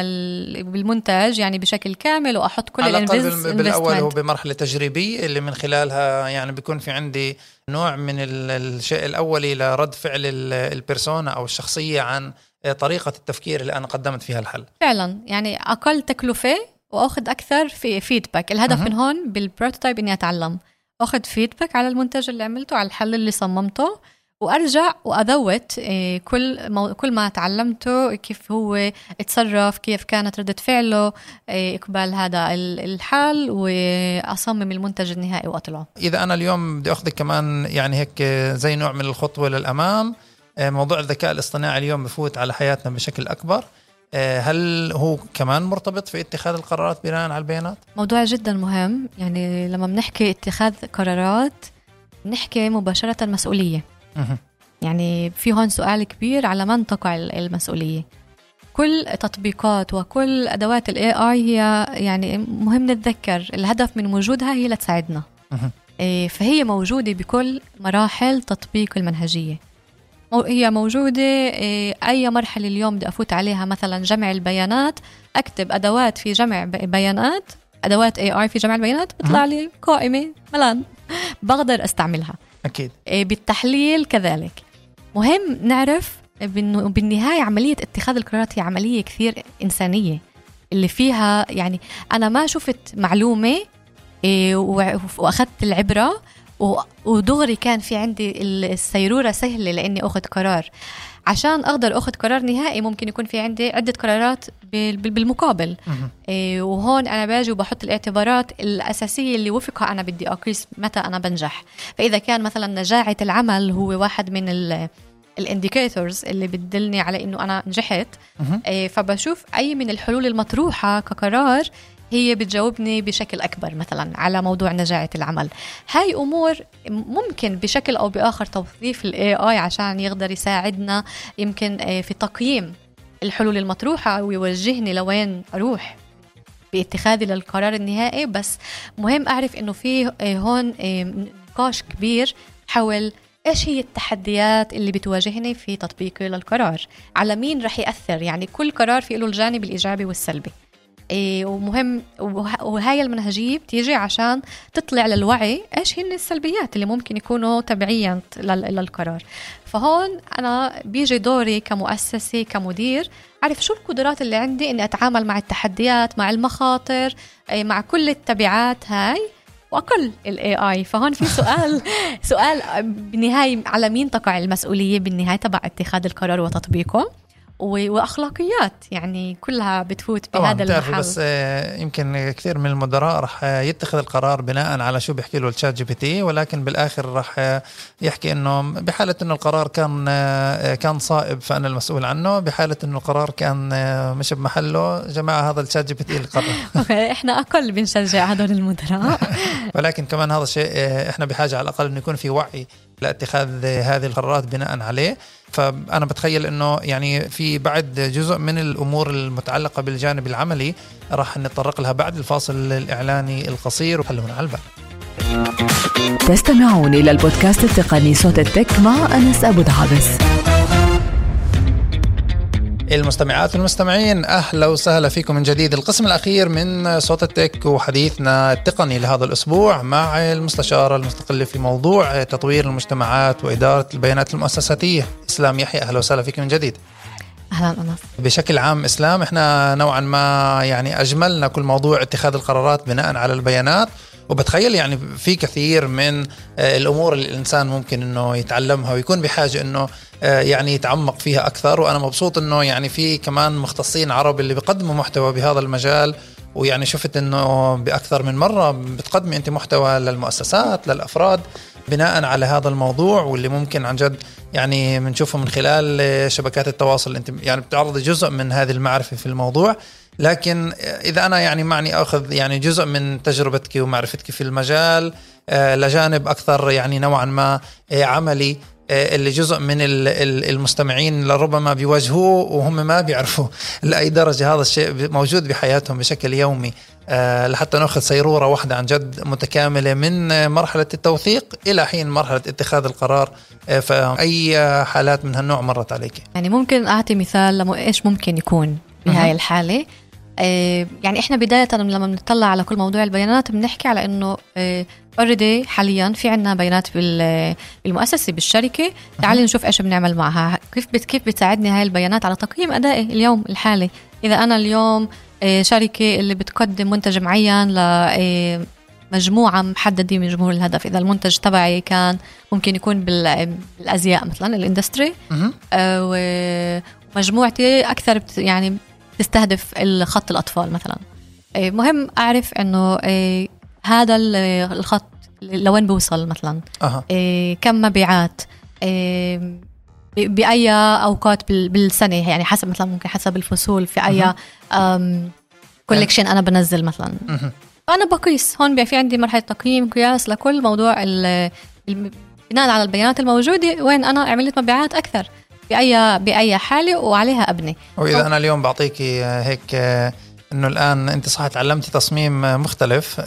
بالمنتج يعني بشكل كامل وأحط كل الانفستمنت. بالأول هو بمرحلة تجريبية اللي من خلالها يعني بيكون في عندي نوع من الشيء الأولي لرد فعل البيرسونا أو الشخصية عن طريقة التفكير اللي أنا قدمت فيها الحل. فعلا يعني أقل تكلفة وأخذ أكثر في فيدباك. الهدف من هون بالبروتوتايب إني أتعلم، أخذ فيدباك على المنتج اللي عملته، على الحل اللي صممته، وأرجع وأذوت كل ما تعلمته، كيف هو اتصرف، كيف كانت ردة فعله إقبال هذا الحال، وأصمم المنتج النهائي وأطلعه. إذا أنا اليوم بدي أخذك كمان يعني هيك زي نوع من الخطوة للأمام، موضوع الذكاء الاصطناعي اليوم بفوت على حياتنا بشكل أكبر، هل هو كمان مرتبط في اتخاذ القرارات بناء على البيانات؟ موضوع جدا مهم. يعني لما بنحكي اتخاذ قرارات نحكي مباشرة مسؤولية. يعني في هون سؤال كبير على من تقع المسؤولية. كل تطبيقات وكل أدوات ال AI هي يعني مهم نتذكر الهدف من وجودها هي لتساعدنا. فهي موجودة بكل مراحل تطبيق المنهجية، هي موجودة أي مرحلة اليوم بدي أفوت عليها. مثلا جمع البيانات، أكتب أدوات في جمع بيانات، أدوات AI في جمع البيانات، بطلع لي قائمة ملان بقدر أستعملها. أكيد. بالتحليل كذلك مهم نعرف إنه بالنهاية عملية اتخاذ القرارات هي عملية كثير إنسانية، اللي فيها يعني أنا ما شفت معلومة وأخذت العبرة ودغري كان في عندي السيرورة سهلة لأني أخذ قرار. عشان أقدر أخذ قرار نهائي ممكن يكون في عندي عدة قرارات بالمقابل. وهون أنا باجي وبحط الاعتبارات الأساسية اللي وفقها أنا بدي أقيس متى أنا بنجح. فإذا كان مثلا نجاعة العمل هو واحد من الانديكيتورز اللي بتدلني على إنه أنا نجحت، فبشوف أي من الحلول المطروحة كقرار هي بتجاوبني بشكل أكبر مثلا على موضوع نجاعة العمل. هاي أمور ممكن بشكل أو بآخر توظيف ال AI عشان يقدر يساعدنا يمكن في تقييم الحلول المطروحة ويوجهني لوين أروح باتخاذي للقرار النهائي. بس مهم أعرف إنه في هون نقاش كبير حول إيش هي التحديات اللي بتواجهني في تطبيقي للقرار، على مين رح يأثر. يعني كل قرار فيه له الجانب الإيجابي والسلبي. ومهم، وهاي المنهجية بتيجي عشان تطلع للوعي إيش هن السلبيات اللي ممكن يكونوا تبعيا للقرار. فهون أنا بيجي دوري كمؤسسة كمدير أعرف شو القدرات اللي عندي إني أتعامل مع التحديات، مع المخاطر، مع كل التبعات هاي، وأقل ال AI. فهون في سؤال بالنهاية على مين تقع المسؤولية بالنهاية تبع اتخاذ القرار وتطبيقه، وأخلاقيات يعني كلها بتفوت بهذا المحل. بس يمكن كثير من المدراء رح يتخذ القرار بناء على شو بيحكي له الشات GPT، ولكن بالآخر رح يحكي إنه بحالة إنه القرار كان صائب فأنا المسؤول عنه، بحالة إنه القرار كان مش بمحله جماعة هذا الشات GPT اللي قرر. إحنا أقل بنشجع هذول المدراء. ولكن كمان هذا الشيء إحنا بحاجة على الأقل إنه يكون في وعي لاتخاذ هذه القرارات بناء عليه. فأنا بتخيل إنه يعني في بعد جزء من الأمور المتعلقة بالجانب العملي راح نتطرق لها بعد الفاصل الإعلاني القصير. وخلونا على البال. تستمعون إلى البودكاست التقني صوت التك مع أنس أبو دعابس. المستمعات والمستمعين، أهلا وسهلا فيكم من جديد. القسم الأخير من صوت التك وحديثنا التقني لهذا الأسبوع مع المستشارة المستقلة في موضوع تطوير المجتمعات وإدارة البيانات المؤسساتية إسلام يحيى. أهلا وسهلا فيكم من جديد. أهلا أنس. بشكل عام إسلام، إحنا نوعا ما يعني أجملنا كل موضوع اتخاذ القرارات بناء على البيانات، وبتخيل يعني في كثير من الأمور اللي الإنسان ممكن إنه يتعلمها ويكون بحاجة إنه يعني يتعمق فيها أكثر. وأنا مبسوط إنه يعني في كمان مختصين عرب اللي بيقدموا محتوى بهذا المجال، ويعني شفت إنه بأكثر من مرة بتقدمي أنت محتوى للمؤسسات للأفراد بناء على هذا الموضوع، واللي ممكن عن جد يعني بنشوفه من خلال شبكات التواصل. أنت يعني بتعرض جزء من هذه المعرفة في الموضوع، لكن إذا أنا يعني معني أخذ يعني جزء من تجربتك ومعرفتك في المجال لجانب أكثر يعني نوعا ما عملي، اللي جزء من المستمعين لربما بيواجهوه وهم ما بيعرفوا لأي درجة هذا الشيء موجود بحياتهم بشكل يومي، لحتى نأخذ سيرورة واحدة عن جد متكاملة من مرحلة التوثيق إلى حين مرحلة اتخاذ القرار. فأي حالات من هالنوع مرت عليك؟ يعني ممكن أعطي مثال إيش ممكن يكون بهاي الحالة. يعني إحنا بداية لما بنطلع على كل موضوع البيانات بنحكي على إنه already حاليا في عنا بيانات بالمؤسسة بالشركة. تعالي نشوف إيش بنعمل معها، كيف بتساعدني هاي البيانات على تقييم أدائي اليوم الحالي. إذا أنا اليوم شركة اللي بتقدم منتج معين لمجموعة محددة من جمهور الهدف، إذا المنتج تبعي كان ممكن يكون بالأزياء مثلا الاندستري، ومجموعتي أكثر يعني تستهدف الخط الأطفال مثلا، مهم أعرف إنه هذا الخط لوين بوصل مثلا، كم مبيعات، بأي أوقات بالسنة، يعني حسب مثلا ممكن حسب الفصول في أي كوليكشن أنا بنزل مثلا. أنا بقيس هون في عندي مرحلة تقييم قياس لكل موضوع بناء على البيانات الموجودة وين أنا عملت مبيعات أكثر بأي حالة وعليها أبني. وإذا أنا اليوم بعطيكي هيك إنه الآن أنت صح تعلمتي تصميم مختلف،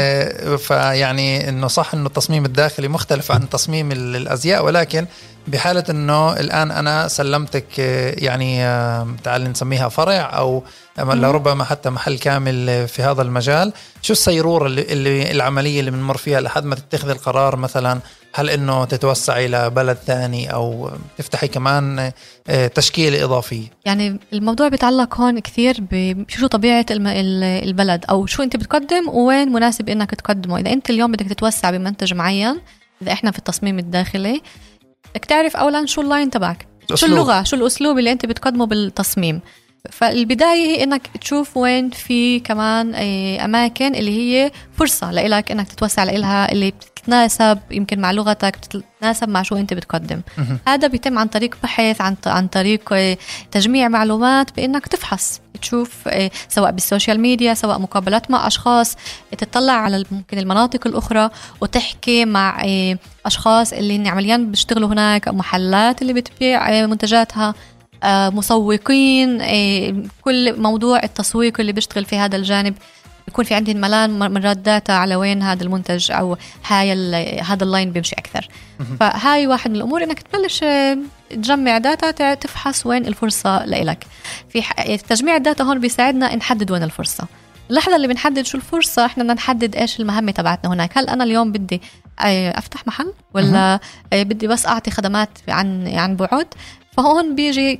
فيعني إنه صح إنه التصميم الداخلي مختلف عن تصميم الأزياء، ولكن بحالة إنه الآن أنا سلمتك يعني تعال نسميها فرع أو لربما حتى محل كامل في هذا المجال، شو السيرورة اللي العملية اللي بنمر فيها لحد ما تتخذ القرار؟ مثلا هل إنه تتوسعي إلى بلد ثاني أو تفتحي كمان تشكيلة إضافية؟ يعني الموضوع بيتعلق هون كثير بشو طبيعة البلد أو شو أنت بتقدم وين مناسب إنك تقدمه. إذا أنت اليوم بدك تتوسع بمنتج معين، إذا إحنا في التصميم الداخلي بدك تعرف أولا شو اللاين تبعك، شو اللغة، شو الأسلوب اللي أنت بتقدمه بالتصميم. فالبداية هي إنك تشوف وين في كمان أماكن اللي هي فرصة لإلك إنك تتوسع لإلها، اللي بتتناسب يمكن مع لغتك، بتتناسب مع شو أنت بتقدم. هذا بيتم عن طريق بحث، عن طريق تجميع معلومات، بإنك تفحص تشوف سواء بالسوشيال ميديا، سواء مقابلات مع أشخاص، تطلع على ممكن المناطق الأخرى وتحكي مع أشخاص اللي عمليا بيشتغلوا هناك، أو محلات اللي بتبيع منتجاتها، مسوقين، كل موضوع التسويق اللي بيشتغل في هذا الجانب بيكون في عندي ملان مرات داتا على وين هذا المنتج أو هذا اللاين بيمشي أكثر. فهاي واحد من الأمور، إنك تبلش تجمع داتا، تفحص وين الفرصة لإلك. في تجميع الداتا هون بيساعدنا نحدد وين الفرصة. اللحظة اللي بنحدد شو الفرصة، إحنا بدنا نحدد إيش المهمة تبعتنا هناك. هل أنا اليوم بدي أفتح محل ولا بدي بس أعطي خدمات عن بعد؟ فهون بيجي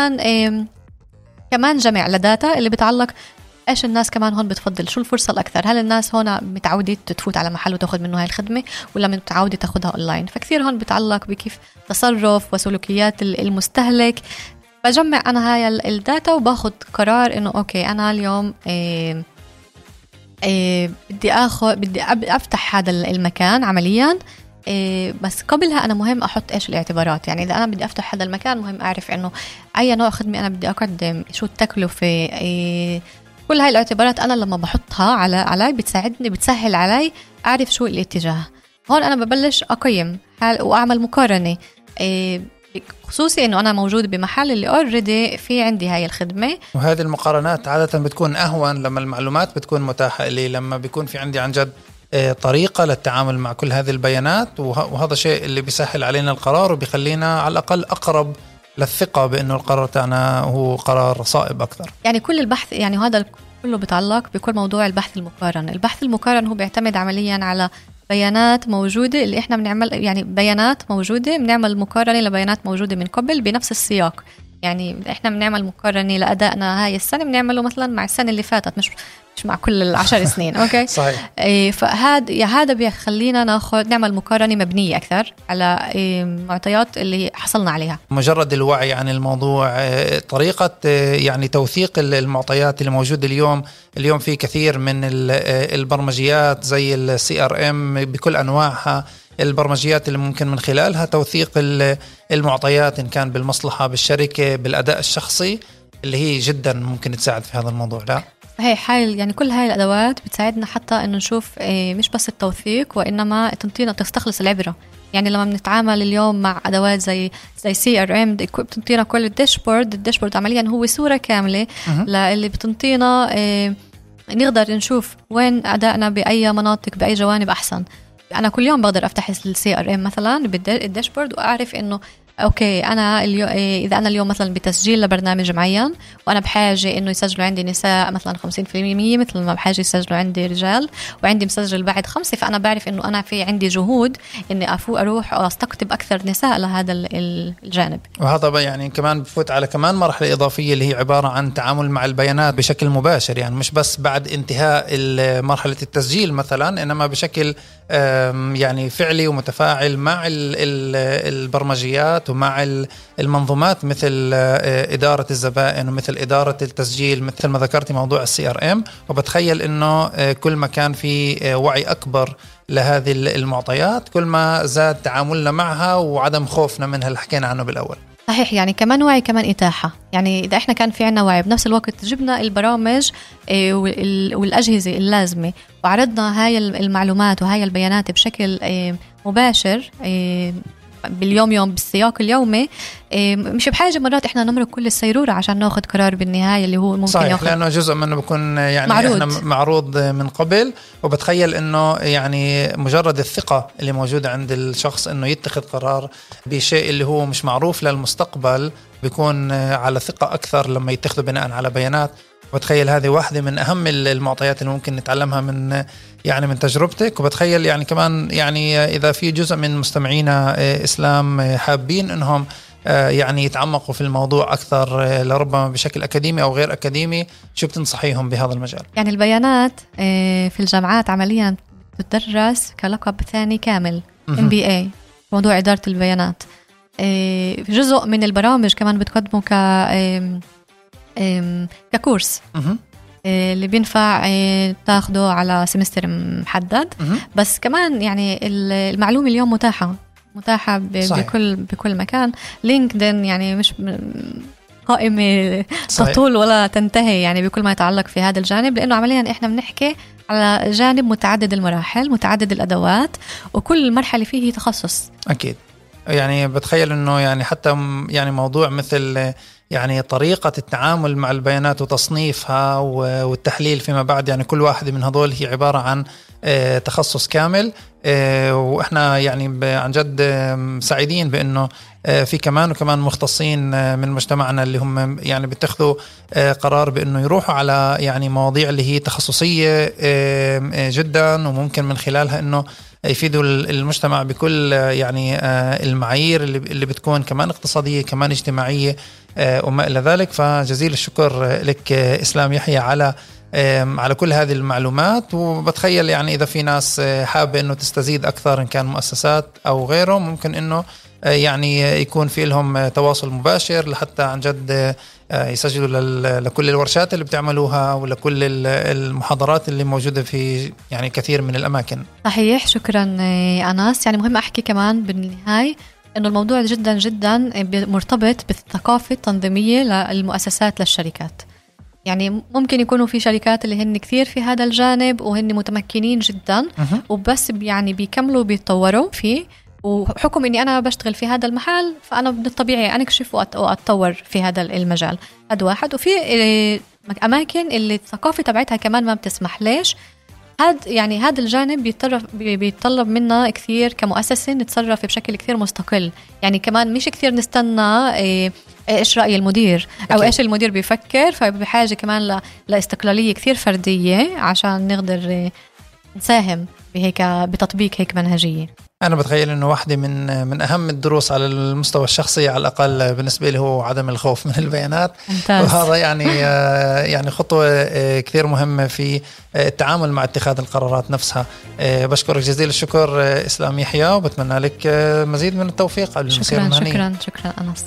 كمان جمع لداتا اللي بتعلق ايش الناس كمان هون بتفضل، شو الفرصة الأكثر. هل الناس هون متعودة تفوت على محل وتاخذ منه هاي الخدمة، ولا متعودة تاخذها أونلاين؟ فكثير هون بتعلق بكيف تصرف وسلوكيات المستهلك. بجمع أنا هاي الداتا وباخذ قرار إنه أوكي أنا اليوم بدي أفتح هذا المكان عمليا. بس قبلها أنا مهم أحط إيش الاعتبارات. يعني إذا أنا بدي أفتح هذا المكان، مهم أعرف إنه أي نوع خدمة أنا بدي أقدم، شو التكلفة، كل هاي الاعتبارات أنا لما بحطها علي بتساعدني، بتسهل علي أعرف شو الاتجاه. هون أنا ببلش أقيم وأعمل مقارنة، خصوصي إنه أنا موجود بمحل اللي already في عندي هاي الخدمة. وهذه المقارنات عادة بتكون أهون لما المعلومات بتكون متاحة لي، لما بيكون في عندي عن جد طريقة للتعامل مع كل هذه البيانات، وهذا شيء اللي بيسهل علينا القرار وبيخلينا على الأقل أقرب للثقة بأنه القرار تاعنا هو قرار صائب أكثر. يعني كل البحث، يعني هذا كله بيتعلق بكل موضوع البحث المقارن. البحث المقارن هو بيعتمد عمليا على بيانات موجودة اللي إحنا بنعمل، يعني بيانات موجودة بنعمل مقارنة لبيانات موجودة من قبل بنفس السياق. يعني إحنا بنعمل مقارنة لأدائنا هاي السنة بنعمله مثلا مع السنة اللي فاتت، مش مع كل 10 سنين. أوكي. صحيح. فهذا بيخلينا نعمل مقارنة مبنية أكثر على معطيات اللي حصلنا عليها. مجرد الوعي عن الموضوع، طريقة يعني توثيق المعطيات اللي موجودة اليوم في كثير من البرمجيات زي ال CRM بكل أنواعها، البرمجيات اللي ممكن من خلالها توثيق المعطيات إن كان بالمصلحة بالشركة بالأداء الشخصي، اللي هي جدا ممكن تساعد في هذا الموضوع. لا هي يعني كل هاي الأدوات بتساعدنا حتى إنه نشوف مش بس التوثيق وإنما تستخلص العبرة. يعني لما بنتعامل اليوم مع أدوات زي CRM بتنطينا كل الداشبورد عمليا هو صورة كاملة اللي بتنطينا نقدر نشوف وين أدائنا بأي مناطق بأي جوانب أحسن. أنا كل يوم بقدر أفتح CRM مثلا بالداشبورد وأعرف إنه أوكي أنا إذا أنا اليوم مثلا بتسجيل لبرنامج معين وأنا بحاجة إنه يسجلوا عندي نساء مثلا 50% مثل ما بحاجة يسجلوا عندي رجال، وعندي مسجل بعد 5، فأنا بعرف إنه أنا في عندي جهود إني أروح وأستقطب أكثر نساء لهذا الجانب. وهذا يعني كمان بفوت على كمان مرحلة إضافية اللي هي عبارة عن تعامل مع البيانات بشكل مباشر، يعني مش بس بعد انتهاء مرحلة التسجيل مثلا، إنما بشكل يعني فعلي ومتفاعل مع البرمجيات ومع المنظومات مثل إدارة الزبائن ومثل إدارة التسجيل، مثل ما ذكرتي موضوع CRM. وبتخيل إنه كل ما كان في وعي أكبر لهذه المعطيات كل ما زاد تعاملنا معها وعدم خوفنا منها اللي حكينا عنه بالأول. صحيح، يعني كمان وعي كمان إتاحة. يعني إذا إحنا كان في عنا وعي بنفس الوقت جبنا البرامج والأجهزة اللازمة وعرضنا هاي المعلومات وهاي البيانات بشكل مباشر باليوم بالسياق اليومي، مش بحاجة مرات إحنا نمرق كل السيرورة عشان ناخد قرار بالنهاية اللي هو ممكن صحيح، لأنه جزء منه بيكون يعني معروض. إحنا معروض من قبل. وبتخيل إنه يعني مجرد الثقة اللي موجودة عند الشخص إنه يتخذ قرار بشيء اللي هو مش معروف للمستقبل بيكون على ثقة أكثر لما يتخذه بناء على بيانات. وبتخيل هذه واحدة من أهم المعطيات اللي ممكن نتعلمها من تجربتك. وبتخيل يعني كمان يعني إذا في جزء من مستمعينا إسلام حابين إنهم يعني يتعمقوا في الموضوع أكثر لربما بشكل أكاديمي أو غير أكاديمي، شو بتنصحيهم بهذا المجال؟ يعني البيانات في الجامعات عمليا بتدرس كلقب ثاني كامل MBA، موضوع إدارة البيانات. جزء من البرامج كمان بتقدمه ككورس اللي بينفع تاخده على سمستر محدد. بس كمان يعني المعلومة اليوم متاحة بكل مكان. لينكدين يعني مش قائمة تطول ولا تنتهي يعني بكل ما يتعلق في هذا الجانب، لأنه عمليا إحنا بنحكي على جانب متعدد المراحل متعدد الأدوات، وكل مرحلة فيه تخصص. أكيد. يعني بتخيل إنه يعني حتى يعني موضوع مثل يعني طريقة التعامل مع البيانات وتصنيفها والتحليل فيما بعد، يعني كل واحد من هذول هي عبارة عن تخصص كامل. وإحنا يعني عن جد سعيدين بأنه في كمان مختصين من مجتمعنا اللي هم يعني بيتخذوا قرار بأنه يروحوا على يعني مواضيع اللي هي تخصصية جدا، وممكن من خلالها أنه يفيدوا المجتمع بكل يعني المعايير اللي بتكون كمان اقتصادية كمان اجتماعية وما إلى ذلك. فجزيل الشكر لك إسلام يحيى على كل هذه المعلومات. وبتخيل يعني إذا في ناس حابة إنه تستزيد أكثر إن كان مؤسسات أو غيره، ممكن إنه يعني يكون في لهم تواصل مباشر لحتى عن جد يسجلوا لكل الورشات اللي بتعملوها ولكل المحاضرات اللي موجودة في يعني كثير من الأماكن. صحيح، شكرا أناس. يعني مهم أحكي كمان بالنهاية إنه الموضوع جدا جدا مرتبط بالثقافة التنظيمية للمؤسسات للشركات. يعني ممكن يكونوا في شركات اللي هن كثير في هذا الجانب وهن متمكنين جدا وبس يعني بيكملوا بيتطوروا فيه، وحكم إني أنا بشتغل في هذا المحل فأنا من الطبيعي أنكشف وأتطور في هذا المجال. هذا واحد. وفي أماكن اللي الثقافة تبعتها كمان ما بتسمح. ليش؟ هذا الجانب بيتطلب منا كثير كمؤسسة نتصرف بشكل كثير مستقل. يعني كمان مش كثير نستنى إيش رأي المدير أو إيش المدير بيفكر، فبحاجة كمان لاستقلالية كثير فردية عشان نقدر نساهم بتطبيق هيك منهجية. أنا بتخيل إنه واحدة من أهم الدروس على المستوى الشخصي على الأقل بالنسبة لي هو عدم الخوف من البيانات. ممتاز. وهذا يعني خطوة كثير مهمة في التعامل مع اتخاذ القرارات نفسها. بشكرك جزيل الشكر إسلام يحيى، وبتمنى لك مزيد من التوفيق على المسيرة المهنية. شكرا أنس.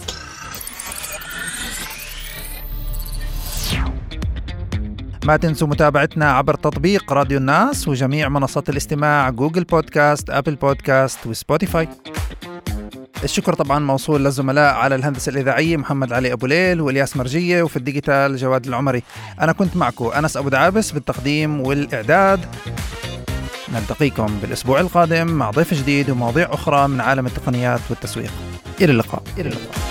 ما تنسوا متابعتنا عبر تطبيق راديو الناس وجميع منصات الاستماع جوجل بودكاست، أبل بودكاست وسبوتيفاي. الشكر طبعا موصول للزملاء على الهندسة الإذاعية محمد علي أبو ليل والياس مرجية، وفي الديجيتال جواد العمري. أنا كنت معكم أنس أبو دعابس بالتقديم والإعداد. نلتقيكم بالأسبوع القادم مع ضيف جديد ومواضيع أخرى من عالم التقنيات والتسويق. إلى اللقاء.